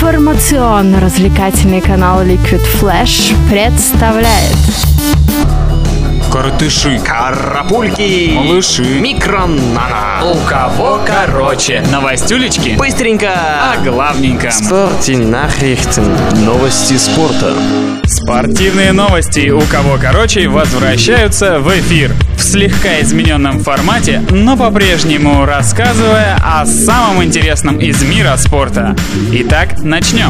Информационно-развлекательный канал Liquid Flash представляет Коротыши, карапульки, малыши, микронана. У кого короче? Новостюлечки? Быстренько, А главненько. Спортнахрихтен. Новости спорта. Спортивные новости «У кого короче» возвращаются в эфир в слегка измененном формате, но по-прежнему рассказывая о самом интересном из мира спорта. Итак, начнем.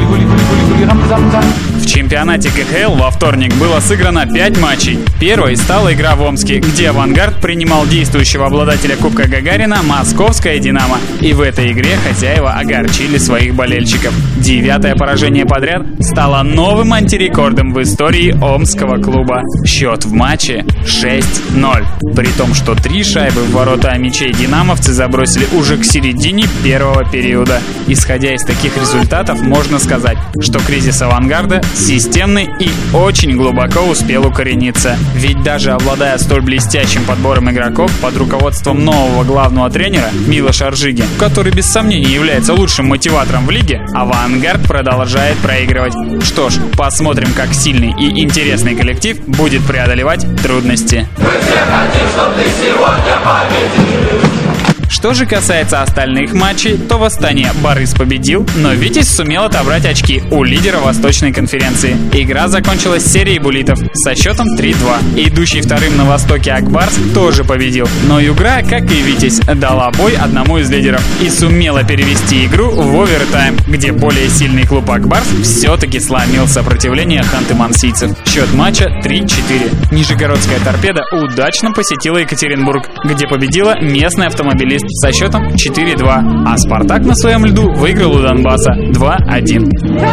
В чемпионате КХЛ во вторник было сыграно 5 матчей. Первой стала игра в Омске, где «Авангард» принимал действующего обладателя Кубка Гагарина «Московское Динамо». И в этой игре хозяева огорчили своих болельщиков. 9-е поражение подряд стало новым антирекордом в истории омского клуба. Счет в матче 6-0. При том, что 3 шайбы в ворота мячей динамовцы забросили уже к середине первого периода. Исходя из таких результатов, можно сказать, что кризис «Авангарда» системный и очень глубоко успел укорениться. Ведь даже обладая столь блестящим подбором игроков под руководством нового главного тренера Милоша Ржиги, который без сомнения является лучшим мотиватором в лиге, «Авангард» продолжает проигрывать. Что ж, посмотрим, как сильный и интересный коллектив будет преодолевать трудности. Мы все хотим, чтобы ты сегодня победил. Что же касается остальных матчей, то «Восстание» Борис победил, но «Витязь» сумел отобрать очки у лидера Восточной конференции. Игра закончилась серией буллитов со счетом 3-2. Идущий вторым на Востоке «Акбарс» тоже победил, но Югра, как и «Витязь», дала бой одному из лидеров и сумела перевести игру в овертайм, где более сильный клуб «Акбарс» все-таки сломил сопротивление ханты-мансийцев. Счет матча 3-4. Нижегородская «Торпеда» удачно посетила Екатеринбург, где победила местный автомобилист со счетом 4-2, а «Спартак» на своем льду выиграл у Донбасса 2-1.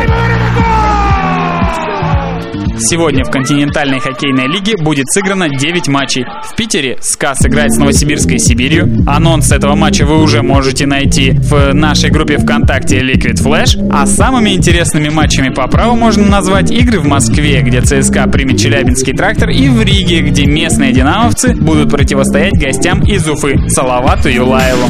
Сегодня в континентальной хоккейной лиге будет сыграно 9 матчей. В Питере СКА сыграет с Новосибирской Сибирью. Анонс этого матча вы уже можете найти в нашей группе ВКонтакте Liquid Flash. А самыми интересными матчами по праву можно назвать игры в Москве, где ЦСКА примет Челябинский Трактор, и в Риге, где местные динамовцы будут противостоять гостям из Уфы Салавату Юлаеву.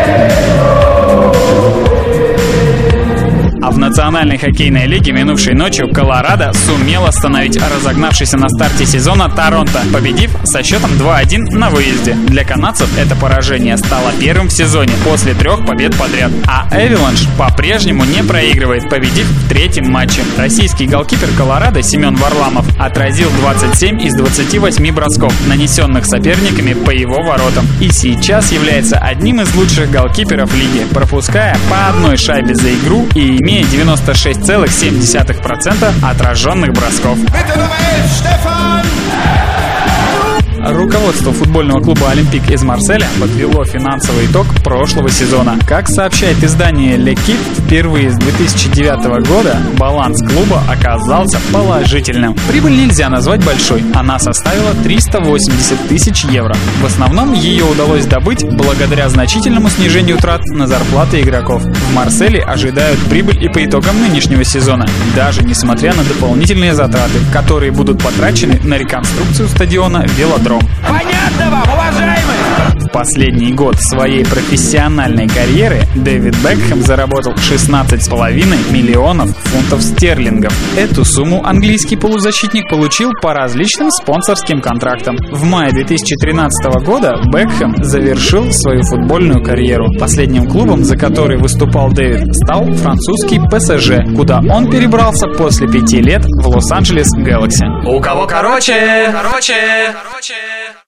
А в Национальной хоккейной лиге минувшей ночью Колорадо сумел остановить разогнавшийся на старте сезона Торонто, победив со счетом 2-1 на выезде. Для канадцев это поражение стало первым в сезоне после 3 побед подряд. А Эвиланш по-прежнему не проигрывает, победив в 3-м матче. Российский голкипер Колорадо Семен Варламов отразил 27 из 28 бросков, нанесенных соперниками по его воротам. И сейчас является одним из лучших голкиперов лиги, пропуская по одной шайбе за игру и имея 96,7% отраженных бросков. Руководство футбольного клуба «Олимпик» из Марселя подвело финансовый итог прошлого сезона. Как сообщает издание «Лекип», впервые с 2009 года баланс клуба оказался положительным. Прибыль нельзя назвать большой, она составила 380 тысяч евро. В основном ее удалось добыть благодаря значительному снижению трат на зарплаты игроков. В Марселе ожидают прибыль и по итогам нынешнего сезона, даже несмотря на дополнительные затраты, которые будут потрачены на реконструкцию стадиона «Велодром». Понятно вам, уважаемые? В последний год своей профессиональной карьеры Дэвид Бекхэм заработал 16,5 миллионов фунтов стерлингов. Эту сумму английский полузащитник получил по различным спонсорским контрактам. В мае 2013 года Бекхэм завершил свою футбольную карьеру. Последним клубом, за который выступал Дэвид, стал французский ПСЖ, куда он перебрался после 5 лет в Лос-Анджелес Гэлакси. У кого короче?